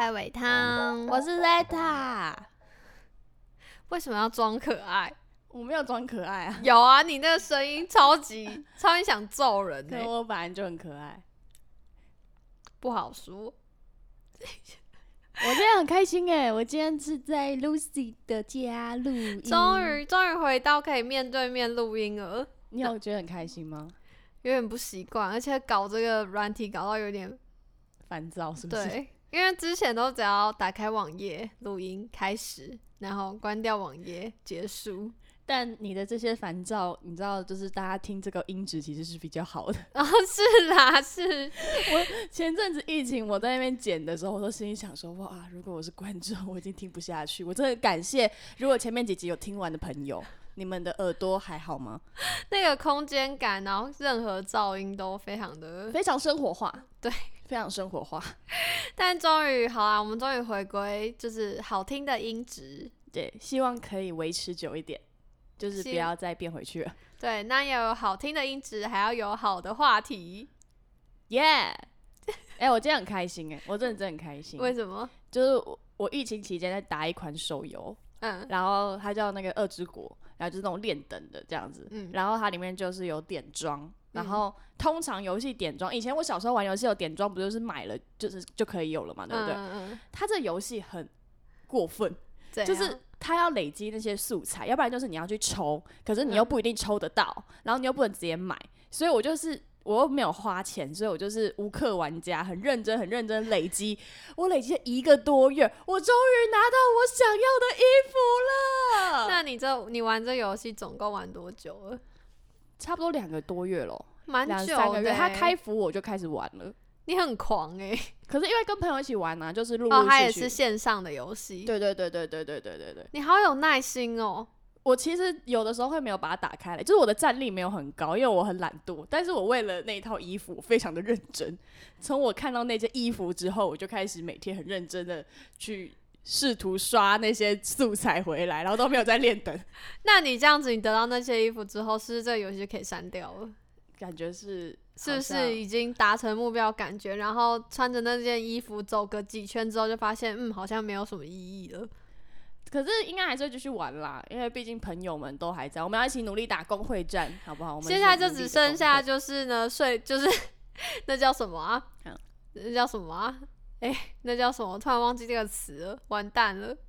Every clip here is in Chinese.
菜尾汤，我是 Zeta。为什么要装可爱？ 我没有装可爱啊。 有啊，你那个声音超级想揍人可我本来就很可爱。 不好说。 我今天很开心哎！我今天是在 Lucy 的家录音， 终于回到可以面对面录音了。 你有觉得很开心吗？ 有点不习惯，而且搞这个软体搞到有点烦躁，是不是？ 对，因为之前都只要打开网页录音开始，然后关掉网页结束。 但你的这些烦躁，你知道，就是大家听这个音质其实是比较好的。 是啦，是。 我前阵子疫情，我在那边剪的时候，我都心里想说，哇，如果我是观众，我已经听不下去。我真的感谢，如果前面几集有听完的朋友，你们的耳朵还好吗？ 那个空间感，然后任何噪音都非常生活化， 对， 非常生活化。 但终于好啦，我们终于回归，就是好听的音质。 对，希望可以维持久一点。就是不要再变回去了。 对，那要有好听的音质，还要有好的话题。 耶！我今天很开心哎，我真的很开心。 为什么？ 就是我疫情期间在打一款手游，然后它叫那个恶之国，然后就是那种练等的这样子，然后它里面就是有点装，然后通常游戏点装，以前我小时候玩游戏有点装，不就是买了就可以有了嘛，对不对？它这游戏很过分，就是他要累积那些素材，要不然就是你要去抽，可是你又不一定抽得到，然后你又不能直接买，所以我又没有花钱，所以我就是无氪玩家，很认真累积，我累积了1个多月，我终于拿到我想要的衣服了。 那你玩这游戏总共玩多久了？ 差不多2个多月咯， 蛮久的 2-3个月。他开服我就开始玩了。 你很狂欸。 可是因为跟朋友一起玩啊，就是陆陆续续。 它也是线上的游戏。 对。 你好有耐心哦。 我其实有的时候会没有把它打开来，就是我的战力没有很高，因为我很懒惰。但是我为了那一套衣服，我非常的认真。从我看到那件衣服之后，我就开始每天很认真的去试图刷那些素材回来，然后都没有在练等。 那你这样子，你得到那些衣服之后，是不是这个游戏可以删掉了？ 感觉是不是已经达成目标感觉，然后穿着那件衣服走个几圈之后，就发现好像没有什么意义了。 可是应该还是会继续玩啦，因为毕竟朋友们都还在，我们要一起努力打工会战，好不好？我们现在就只剩下就是呢，就是那叫什么啊？那叫什么啊？那叫什么？突然忘记这个词了，完蛋了。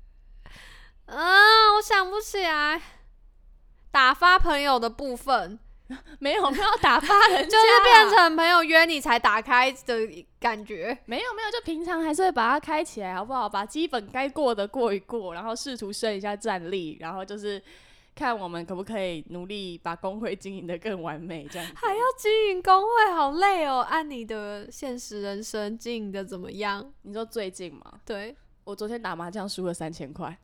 我想不起来。打发朋友的部分。 没有打发人家， 就是变成朋友约你才打开的感觉。 没有，就平常还是会把它开起来，好不好？把基本该过的过一过，然后试图升一下战力，然后就是看我们可不可以努力把工会经营得更完美，这样子。 还要经营工会，好累哦。按你的现实人生经营的怎么样？ 你说最近吗？ 对， 我昨天打麻将输了3000块。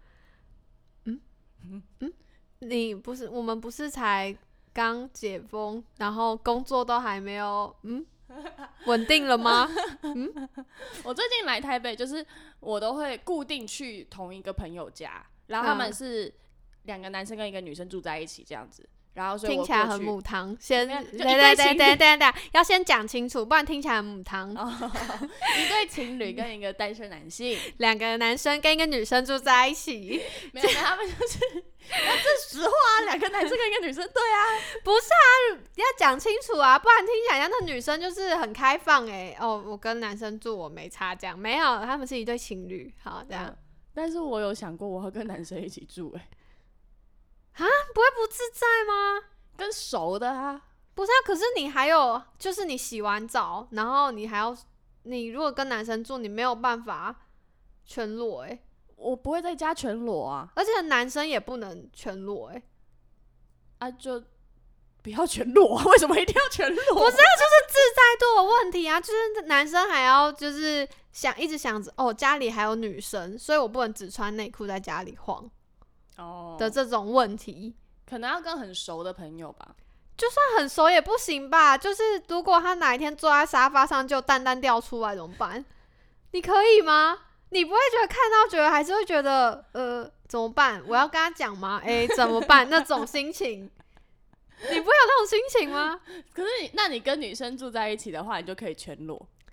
我们不是才刚解封，然后工作都还没有稳定了吗？ 我最近来台北，就是我都会固定去同一个朋友家，然后他们是2个男生跟1个女生住在一起这样子，然后所以我听起来很母汤。先对， 要先讲清楚，不然听起来很母汤。 1对情侣跟1个单身男性 ，2个男生跟1个女生住在一起。 没有，他们就是这实话啊，2个男生跟1个女生，对啊， 不是啊，要讲清楚啊，不然听起来像那女生就是很开放我跟男生住我没差这样，没有，他们是1对情侣，好这样。 但是我有想过我会跟男生一起住不会不自在吗？ 跟熟的啊。 不是啊，可是你还有就是你洗完澡，然后你如果跟男生住，你没有办法全裸我不会在家全裸啊， 而且男生也不能全裸就不要全裸啊，为什么一定要全裸？ 不是啊，就是自在度的问题啊，就是男生还要就是一直想着家里还有女生，所以我不能只穿内裤在家里晃的这种问题。 可能要跟很熟的朋友吧。 就算很熟也不行吧，就是如果他哪一天坐在沙发上就蛋蛋掉出来怎么办？你可以吗？你不会觉得看到觉得还是会觉得怎么办？我要跟他讲吗？怎么办？那种心情你不会有那种心情吗？ 可是那你跟女生住在一起的话，你就可以全裸。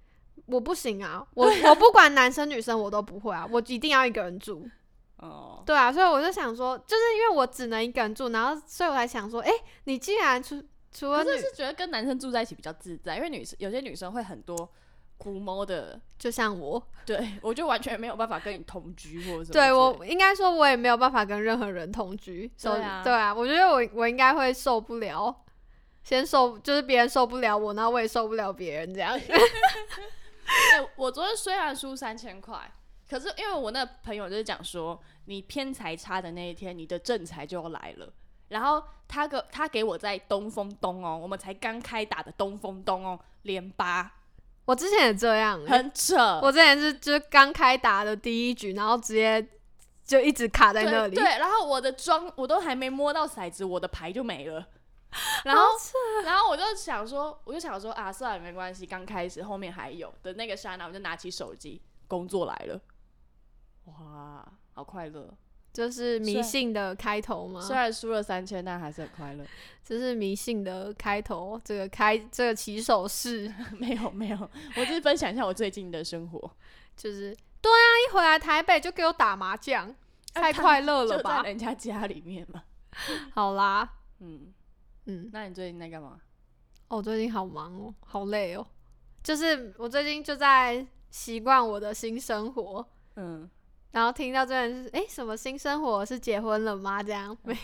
我不行啊，我不管男生女生我都不会啊，我一定要一个人住。哦，对啊，所以我就想说，就是因为我只能一个人住，然后所以我才想说，你既然除了可是觉得跟男生住在一起比较自在，因为有些女生会很多古猫的， 就像我， 对，我就完全没有办法跟你同居或者什么。 对，我应该说我也没有办法跟任何人同居。对啊，我觉得我应该会受不了，就是别人受不了我，然后我也受不了别人这样。 我昨天虽然输3000块，可是因为我那个朋友就是讲说，你偏财差的那一天，你的正财就要来了。然后他给我在东风东哦，我们才刚开打的东风东哦，连8。 我之前也这样， 很扯。 我之前就是刚开打的第一局，然后直接就一直卡在那里。 对，然后我的庄我都还没摸到骰子，我的牌就没了。然后我就想说啊，算了，没关系，刚开始，后面还有的那个刹那，我就拿起手机，工作来了，哇，好快乐。 就是迷信的开头吗？ 虽然输了3000，但还是很快乐。 这是迷信的开头，这个起手式。 没有，我就是分享一下我最近的生活。 就是对啊，一回来台北就给我打麻将，太快乐了吧？ 就在人家家里面嘛。 好啦， 那你最近在干嘛？ 我最近好忙哦，好累哦。就是我最近就在习惯我的新生活。然后听到这人是什么新生活，是结婚了吗？这样没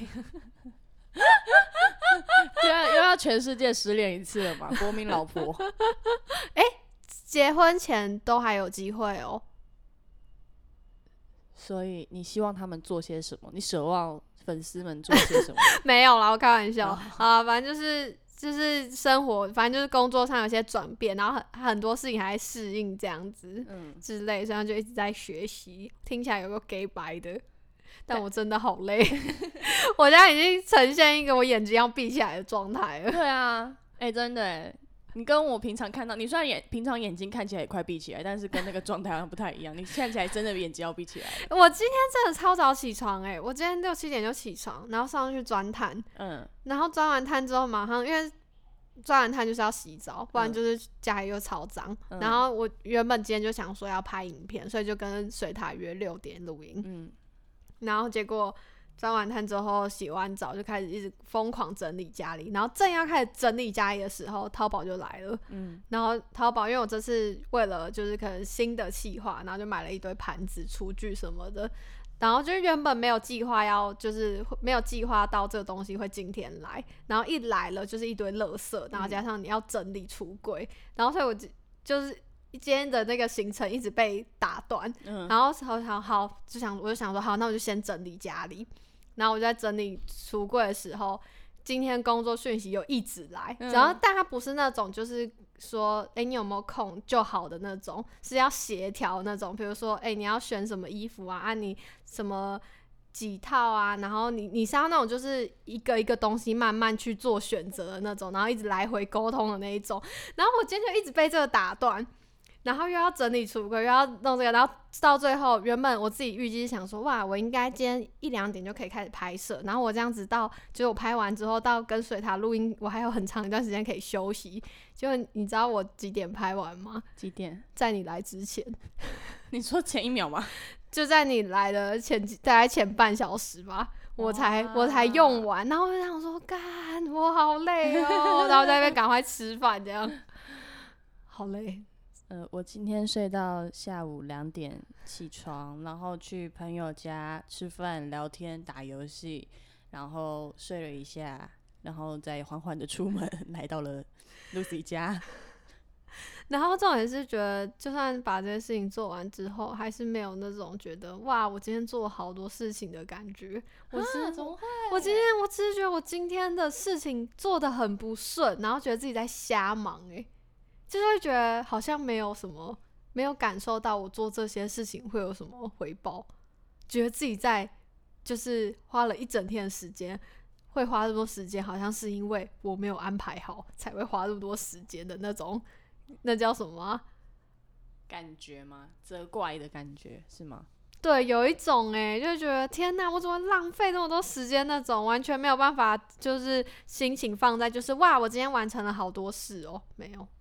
又要全世界失恋一次了嘛？国民老婆。 结婚前都还有机会哦。 所以你希望他们做些什么？你奢望粉丝们做些什么？ 没有啦，我开玩笑。反正就是生活，反正就是工作上有些转变，然后很多事情还在适应这样子，之类，所以就一直在学习。听起来有个 gay 白的，但我真的好累，我现在已经呈现一个我眼睛要闭起来的状态了。 对啊，真的你跟我平常看到，你虽然平常眼睛看起来也快闭起来，但是跟那个状态好像不太一样。你看起来真的眼睛要闭起来了。 我今天真的超早起床我今天6、7点就起床，然后上去钻炭，然后钻完炭之后马上，因为钻完炭就是要洗澡，不然就是家里又超脏。然后我原本今天就想说要拍影片，所以就跟水塔约6点录音。然后结果钻完炭之后洗完澡就开始一直疯狂整理家里，然后正要开始整理家里的时候，淘宝就来了。然后淘宝因为我这次为了就是可能新的企划，然后就买了一堆盘子、厨具什么的，然后就原本没有计划就是没有计划到这个东西会今天来，然后一来了就是一堆垃圾，然后加上你要整理橱柜，然后所以我就是今天的那个行程一直被打断。然后好我就想说好，那我就先整理家里。然后我就在整理橱柜的时候，今天工作讯息又一直来，然后但它不是那种就是说你有没有空就好的那种，是要协调那种，比如说你要选什么衣服啊，你什么几套啊，然后你是要那种就是一个一个东西慢慢去做选择的那种，然后一直来回沟通的那一种。然后我今天就一直被这个打断，然后又要整理橱柜，又要弄这个，然后到最后原本我自己预计是想说，哇，我应该今天1、2点就可以开始拍摄，然后我这样子就是我拍完之后到跟水塔录音，我还有很长一段时间可以休息。就你知道我几点拍完吗？ 几点？在你来之前。 你说前1秒吗？ 就在你来的大概前半小时吧，我才用完。然后我就想说，干，我好累哦，然后在那边赶快吃饭，这样好累。 我今天睡到下午2点起床，然后去朋友家吃饭、聊天、打游戏，然后睡了一下，然后再缓缓的出门来到了 Lucy 家。 然后重点是觉得，就算把这些事情做完之后，还是没有那种觉得哇，我今天做了好多事情的感觉。 怎么会？ 我只是觉得我今天的事情做得很不顺，然后觉得自己在瞎忙就是会觉得好像没有感受到我做这些事情会有什么回报，觉得自己在就是花了一整天的时间，会花这么多时间，好像是因为我没有安排好才会花这么多时间的那种，那叫什么啊？ 感觉吗？责怪的感觉是吗？ 对，有一种就觉得天哪，我怎么浪费那么多时间那种，完全没有办法就是心情放在就是哇，我今天完成了好多事哦，没有。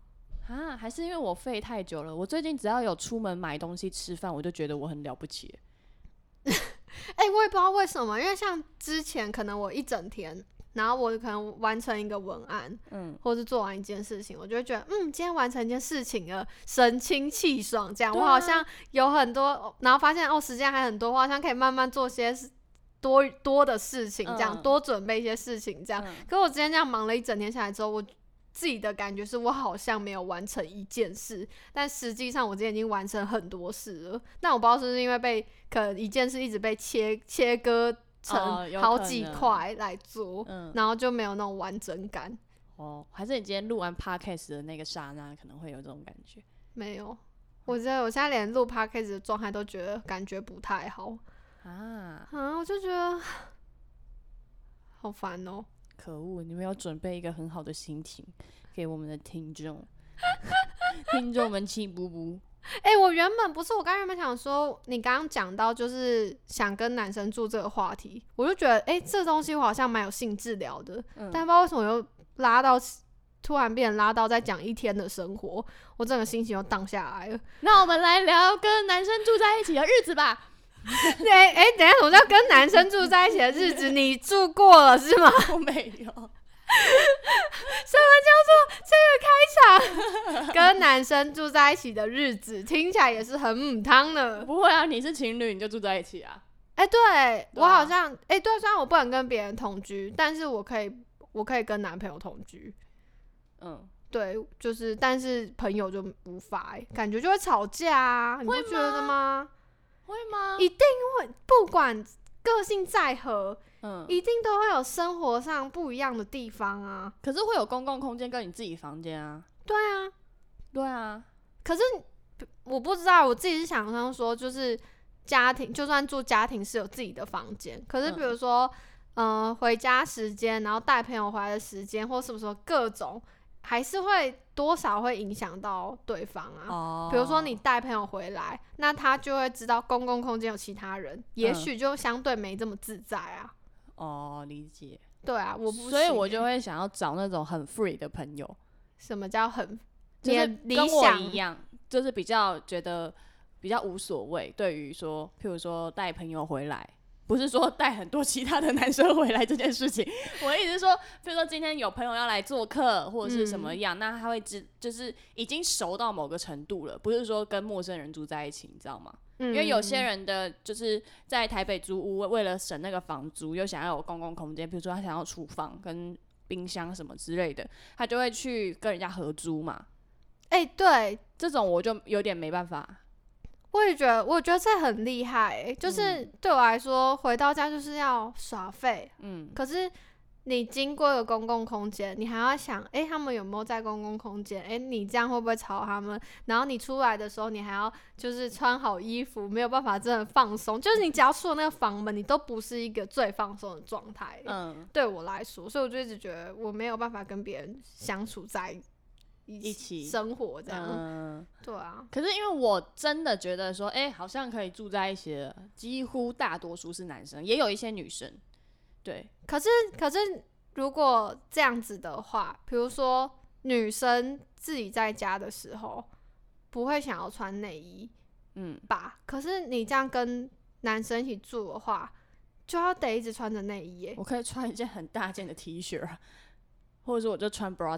啊，还是因为我废太久了。我最近只要有出门买东西吃饭，我就觉得我很了不起。 我也不知道为什么，因为像之前可能我一整天，然后我可能完成一个文案，或是做完一件事情，我就会觉得，今天完成一件事情了，神清气爽。这样，我好像有很多，然后发现时间还很多，我好像可以慢慢做些多的事情，这样多准备一些事情，这样。可我之前这样忙了一整天下来之后，我自己的感觉是我好像没有完成一件事，但实际上我之前已经完成很多事了。但我不知道是不是因为可能一件事一直被切割成好几块来做，然后就没有那种完整感。 还是你今天录完 podcast 的那个刹那可能会有这种感觉？ 没有，我觉得我现在连录 podcast 的状态都觉得感觉不太好我就觉得好烦哦。 可恶，你没有准备一个很好的心情给我们的听众听众们气不不。 我原本不是，我刚原本想说，你刚刚讲到就是想跟男生住这个话题，我就觉得这东西我好像蛮有兴致聊的，但不知道为什么又突然变成拉到在讲一天的生活，我整个心情又荡下来了。 那我们来聊跟男生住在一起的日子吧。 等一下，什么叫跟男生住在一起的日子？你住过了是吗？ 我没有。 什么叫做这个开场？跟男生住在一起的日子，听起来也是很母汤的。 不会啊，你是情侣你就住在一起啊。 对，我好像对，虽然我不能跟别人同居，但是我可以跟男朋友同居。对，就是但是朋友就无法感觉就会吵架啊，你不觉得吗？ 会吗？ 一定会，不管个性再合，一定都会有生活上不一样的地方啊。 可是会有公共空间跟你自己房间啊。对啊。 可是我不知道，我自己是想象说，就是家庭，就算住家庭是有自己的房间，可是比如说，回家时间，然后带朋友回来的时间，或什么什么各种。还是会多少会影响到对方啊。比如说你带朋友回来，那他就会知道公共空间有其他人，也许就相对没这么自在啊。 理解。 对啊，我不， 所以我就会想要找那种很 free 的朋友。 什么叫很？ 就是跟我一样，就是比较觉得比较无所谓。对于说，譬如说带朋友回来。不是说带很多其他的男生回来这件事情，我的意思是说，比如说今天有朋友要来做客或者是什么样，那他会就是已经熟到某个程度了，不是说跟陌生人住在一起，你知道吗？因为有些人的就是在台北租屋，为了省那个房租，又想要有公共空间，比如说他想要厨房跟冰箱什么之类的，他就会去跟人家合租嘛。 对， 这种我就有点没办法。 我觉得这很厉害就是对我来说，回到家就是要耍废。可是你经过一个公共空间，你还要想，他们有没有在公共空间？你这样会不会吵他们？然后你出来的时候，你还要就是穿好衣服，没有办法真的放松。就是你只要出了那个房门，你都不是一个最放松的状态。对我来说，所以我就一直觉得我没有办法跟别人相处在一起生活这样。对啊。 可是因为我真的觉得说，好像可以住在一起的，几乎大多数是男生，也有一些女生。对。可是如果这样子的话，比如说女生自己在家的时候，不会想要穿内衣，吧？可是你这样跟男生一起住的话，就要得一直穿着内衣我可以穿一件很大件的 T 恤，或者是我就穿 bra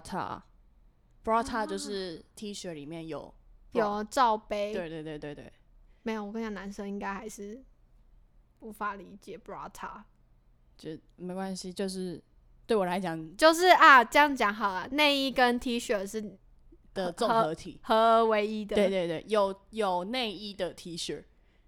top。bra top 就是 T 恤里面有罩杯。 对。 没有，我跟你讲，男生应该还是无法理解 bra top。 就没关系，就是对我来讲， 就是这样讲好了，内衣跟 T 恤是的综合体， 合而为一的。 对，有内衣的 T 恤。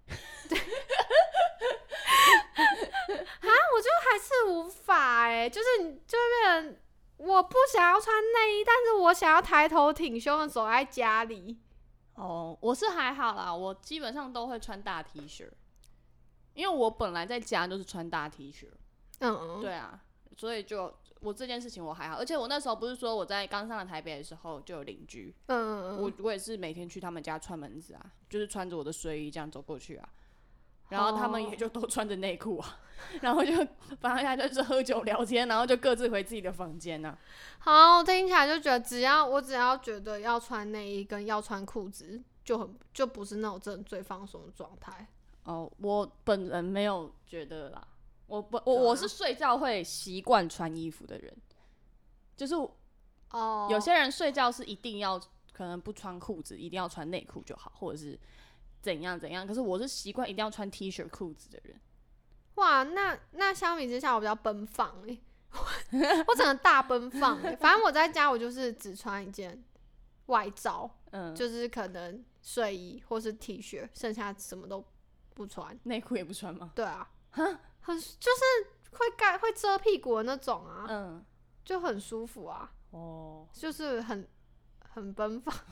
我就还是无法就是你就会变成我不想要穿内衣，但是我想要抬头挺胸的走在家里。 我是还好啦，我基本上都会穿大 T 恤，因为我本来在家就是穿大 T 恤。对啊，所以就我这件事情我还好，而且我那时候不是说我在刚上了台北的时候就有邻居，我也是每天去他们家串门子啊，就是穿着我的睡衣这样走过去啊。 然后他们也就都穿着内裤啊，然后就反正大家就是喝酒聊天，然后就各自回自己的房间啊。 好，听起来就觉得我只要觉得要穿内衣跟要穿裤子，就不是那种真的最放松的状态。 哦，我本人没有觉得啦，我是睡觉会习惯穿衣服的人，就是有些人睡觉是一定要可能不穿裤子，一定要穿内裤就好，或者是怎样怎样。可是我是习惯一定要穿 T 恤裤子的人。 哇，那相比之下我比较奔放我整个大奔放反正我在家我就是只穿一件外罩，就是可能睡衣或是 T 恤，剩下什么都不穿。 内裤也不穿吗？ 对啊，就是会遮屁股的那种啊，就很舒服啊。就是很奔放。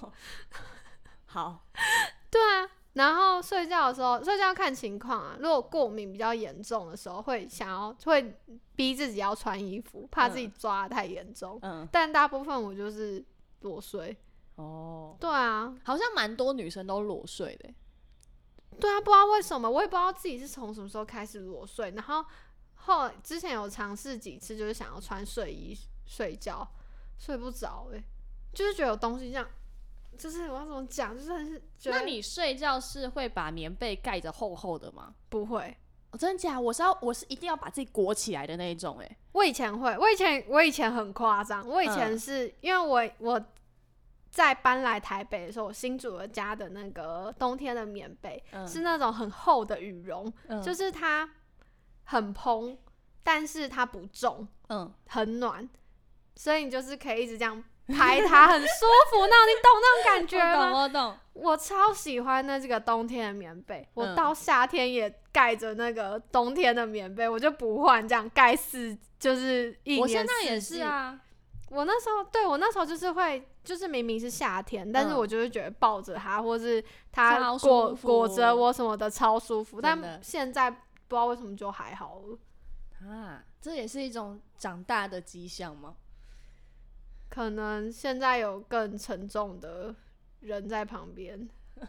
好， 对啊。然后睡觉的时候，睡觉看情况啊。如果过敏比较严重的时候，会逼自己要穿衣服，怕自己抓得太严重。但大部分我就是裸睡。对啊， 好像蛮多女生都裸睡的。 对啊，不知道为什么，我也不知道自己是从什么时候开始裸睡。然后之前有尝试几次，就是想要穿睡衣睡觉，睡不着就是觉得有东西这样。就是我要怎么讲，就是觉得。 那你睡觉是会把棉被盖着厚厚的吗？ 不会。 真的假的？我是一定要把自己裹起来的那一种我以前会，我以前很夸张。我以前是因为我在搬来台北的时候，我新竹的家的那个冬天的棉被，是那种很厚的羽绒，就是它很蓬，但是它不重，很暖，所以你就是可以一直这样拍它，很舒服。你懂那种感觉吗？ 我懂。我超喜欢这个冬天的棉被，我到夏天也盖着那个冬天的棉被，我就不换，这样盖就是一年四季。 我现在也是啊。 我那时候就是会，就是明明是夏天，但是我就是觉得抱着它，或是它裹着我什么的超舒服。但现在不知道为什么就还好了。 这也是一种长大的迹象吗？ 可能现在有更沉重的人在旁边。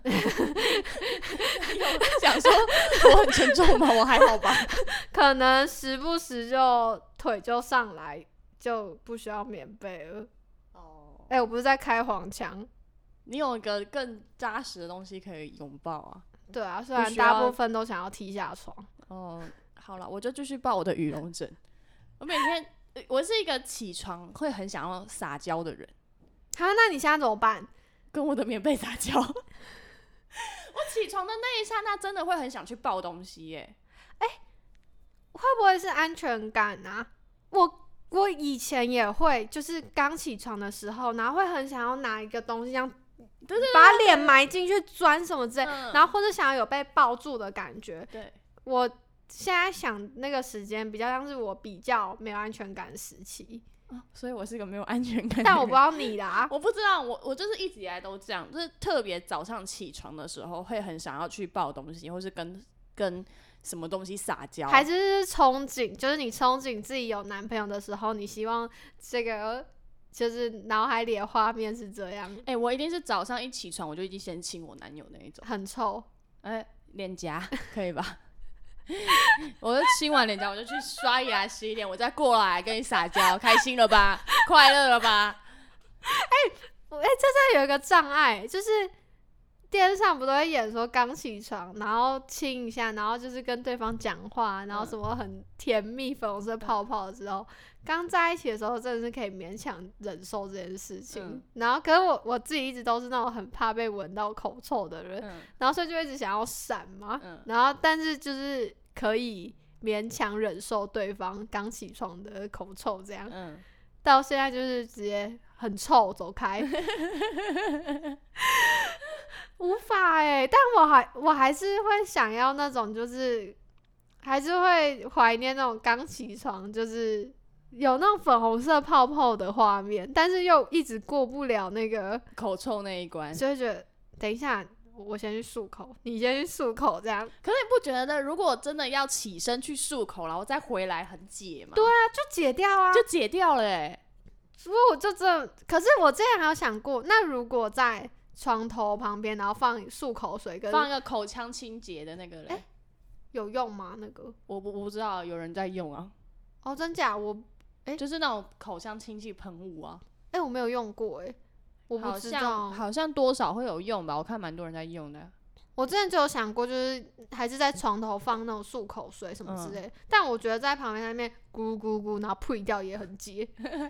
想说我很沉重吗？我还好吧。 可能时不时就腿就上来，就不需要棉被了。我不是在开黄腔。 你有一个更扎实的东西可以拥抱啊。 对啊，虽然大部分都想要踢下床。 好了，我就继续抱我的羽绒枕。我是一个起床会很想要撒娇的人。 那你现在怎么办？ 跟我的棉被撒娇。我起床的那一刹那，真的会很想去抱东西会不会是安全感啊？我以前也会，就是刚起床的时候，然后会很想要拿一个东西，这样把脸埋进去钻什么之类，然后或者想要有被抱住的感觉。 对， 我现在想那个时间比较像是我比较没有安全感的时期。 所以我是个没有安全感的人。 但我不知道你啦。 我不知道，我就是一直以来都这样，就是特别早上起床的时候会很想要去抱东西，或是跟什么东西撒娇， 还是憧憬，就是你憧憬自己有男朋友的时候，你希望这个就是脑海里的画面是这样。 我一定是早上一起床我就已经先亲我男友那一种。 很臭。 脸颊可以吧？我就亲完脸颊，我就去刷牙洗脸，我再过来跟你撒娇，开心了吧？快乐了吧？ 这有一个障碍，就是电视上不都会演说刚起床，然后亲一下，然后就是跟对方讲话，然后什么很甜蜜粉红色泡泡的时候，刚在一起的时候真的是可以勉强忍受这件事情。然后可是我自己一直都是那种很怕被闻到口臭的人，然后所以就一直想要闪嘛，然后但是就是可以勉强忍受对方刚起床的口臭这样。到现在就是直接很臭，走开。无法但我还是会想要那种，就是还是会怀念那种刚起床，就是有那种粉红色泡泡的画面，但是又一直过不了那个口臭那一关， 就会觉得等一下我先去漱口，你先去漱口这样。 可是你不觉得如果真的要起身去漱口然后再回来很解吗？ 对啊，就解掉啊， 就解掉了不过我就可是我之前还有想过，那如果在床头旁边，然后放漱口水跟放一个口腔清洁的那个嘞， 有用吗？那个我不知道有人在用啊。 哦，真假？ 就是那种口香氢气喷雾啊。 我没有用过我不知道， 好像多少会有用吧，我看蛮多人在用的。 我之前就有想过，就是还是在床头放那种漱口水什么之类的，但我觉得在旁边那边咕咕咕，然后呸掉也很接。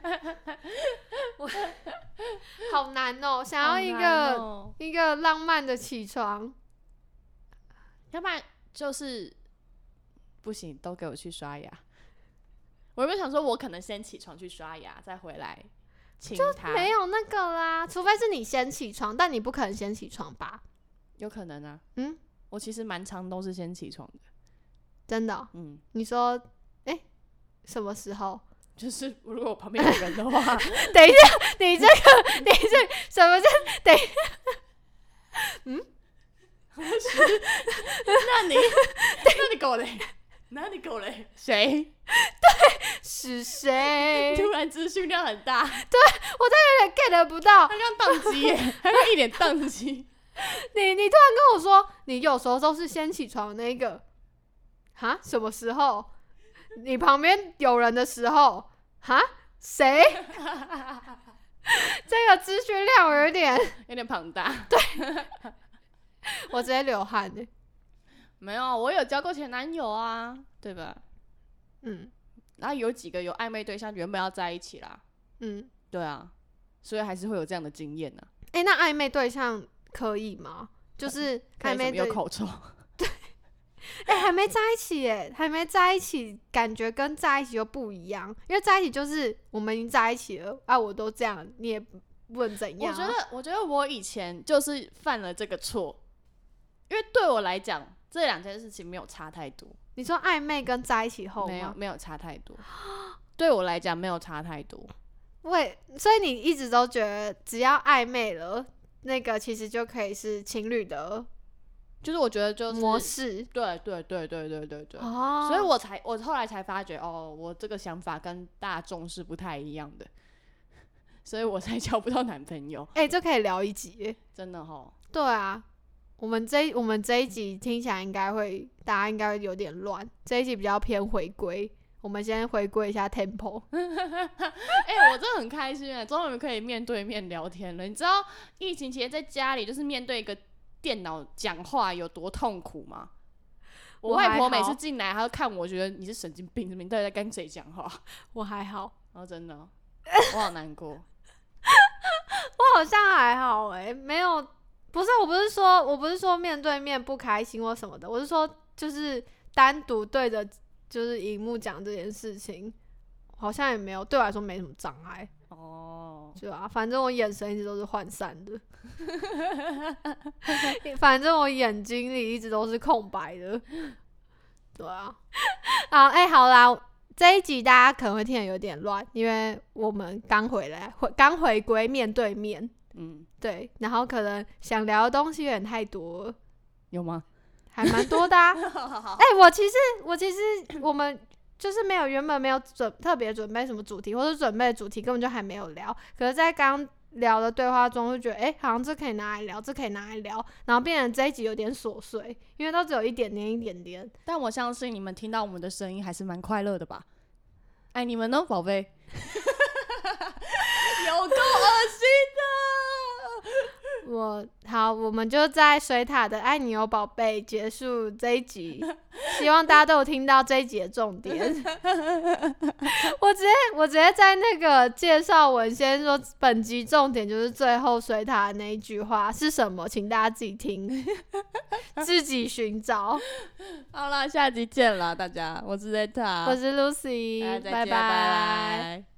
好难哦，想要一个浪漫的起床， 要不然就是不行，都给我去刷牙。我原本想说，我可能先起床去刷牙，再回来亲他。 就没有那个啦，除非是你先起床，但你不可能先起床吧？ 有可能啊。我其实蛮常都是先起床的。 真的哦？你说，什么时候？ 就是如果我旁边有人的话。 等一下，你这什么叫等一下？ 那你狗嘞？那你狗嘞？谁？ 对，是谁？ 突然资讯量很大。 对，我真的有点 get 不到。 他刚宕机耶，他刚一脸宕机。 你突然跟我说，你有时候都是先起床的那个，哈？什么时候？你旁边有人的时候，哈？谁？这个资讯量有点庞大。 对，我直接流汗耶。 没有，我有交过前男友啊，对吧？然后有几个有暧昧对象，原本要在一起啦。对啊，所以还是会有这样的经验呢。 那暧昧对象可以吗？就是暧昧有口臭。 对，还没在一起耶，还没在一起，感觉跟在一起又不一样。因为在一起就是我们已经在一起了啊，我都这样，你也不能怎样。 我觉得我以前就是犯了这个错，因为对我来讲，这两件事情没有差太多。 你说暧昧跟在一起后吗？ 没有差太多。对我来讲没有差太多。 所以你一直都觉得只要暧昧了，那个其实就可以是情侣的， 就是我觉得就是模式。 对。所以我后来才发觉，我这个想法跟大众是不太一样的，所以我才交不到男朋友。 这可以聊一集耶， 真的齁。 对啊。我们这一集听起来大家应该会有点乱，这一集比较偏回归，我们先回归一下 tempo。 我真的很开心耶，终于可以面对面聊天了。你知道疫情期间在家里就是面对一个电脑讲话有多痛苦吗？我外婆每次进来，她就看我，觉得你是神经病，你到底在跟谁讲话？ 我还好。 真的，我好难过。 我好像还好没有。不是，我不是说面对面不开心或什么的，我是说就是单独对着就是荧幕讲这件事情，好像也没有，对我来说没什么障碍。对啊，反正我眼神一直都是涣散的，反正我眼睛里一直都是空白的。对啊，好啦，这一集大家可能会听得有点乱，因为我们刚回归面对面。对，然后可能想聊的东西有点太多了。 有吗？ 还蛮多的啊。我其实我们就是原本没有特别准备什么主题，或者准备的主题根本就还没有聊。可是在刚聊的对话中，就觉得好像这可以拿来聊，这可以拿来聊，然后变成这一集有点琐碎，因为都只有一点点。 但我相信你们听到我们的声音还是蛮快乐的吧？爱你们呢，宝贝。有够恶心的。 我们就在水塔的爱你哦宝贝结束这一集，希望大家都有听到这一集的重点。我直接在那个介绍文先说，本集重点就是最后水塔的那一句话是什么，请大家自己听，自己寻找。 好啦，下集见啦，大家，我是 Zeta， 我是 Lucy，拜拜拜。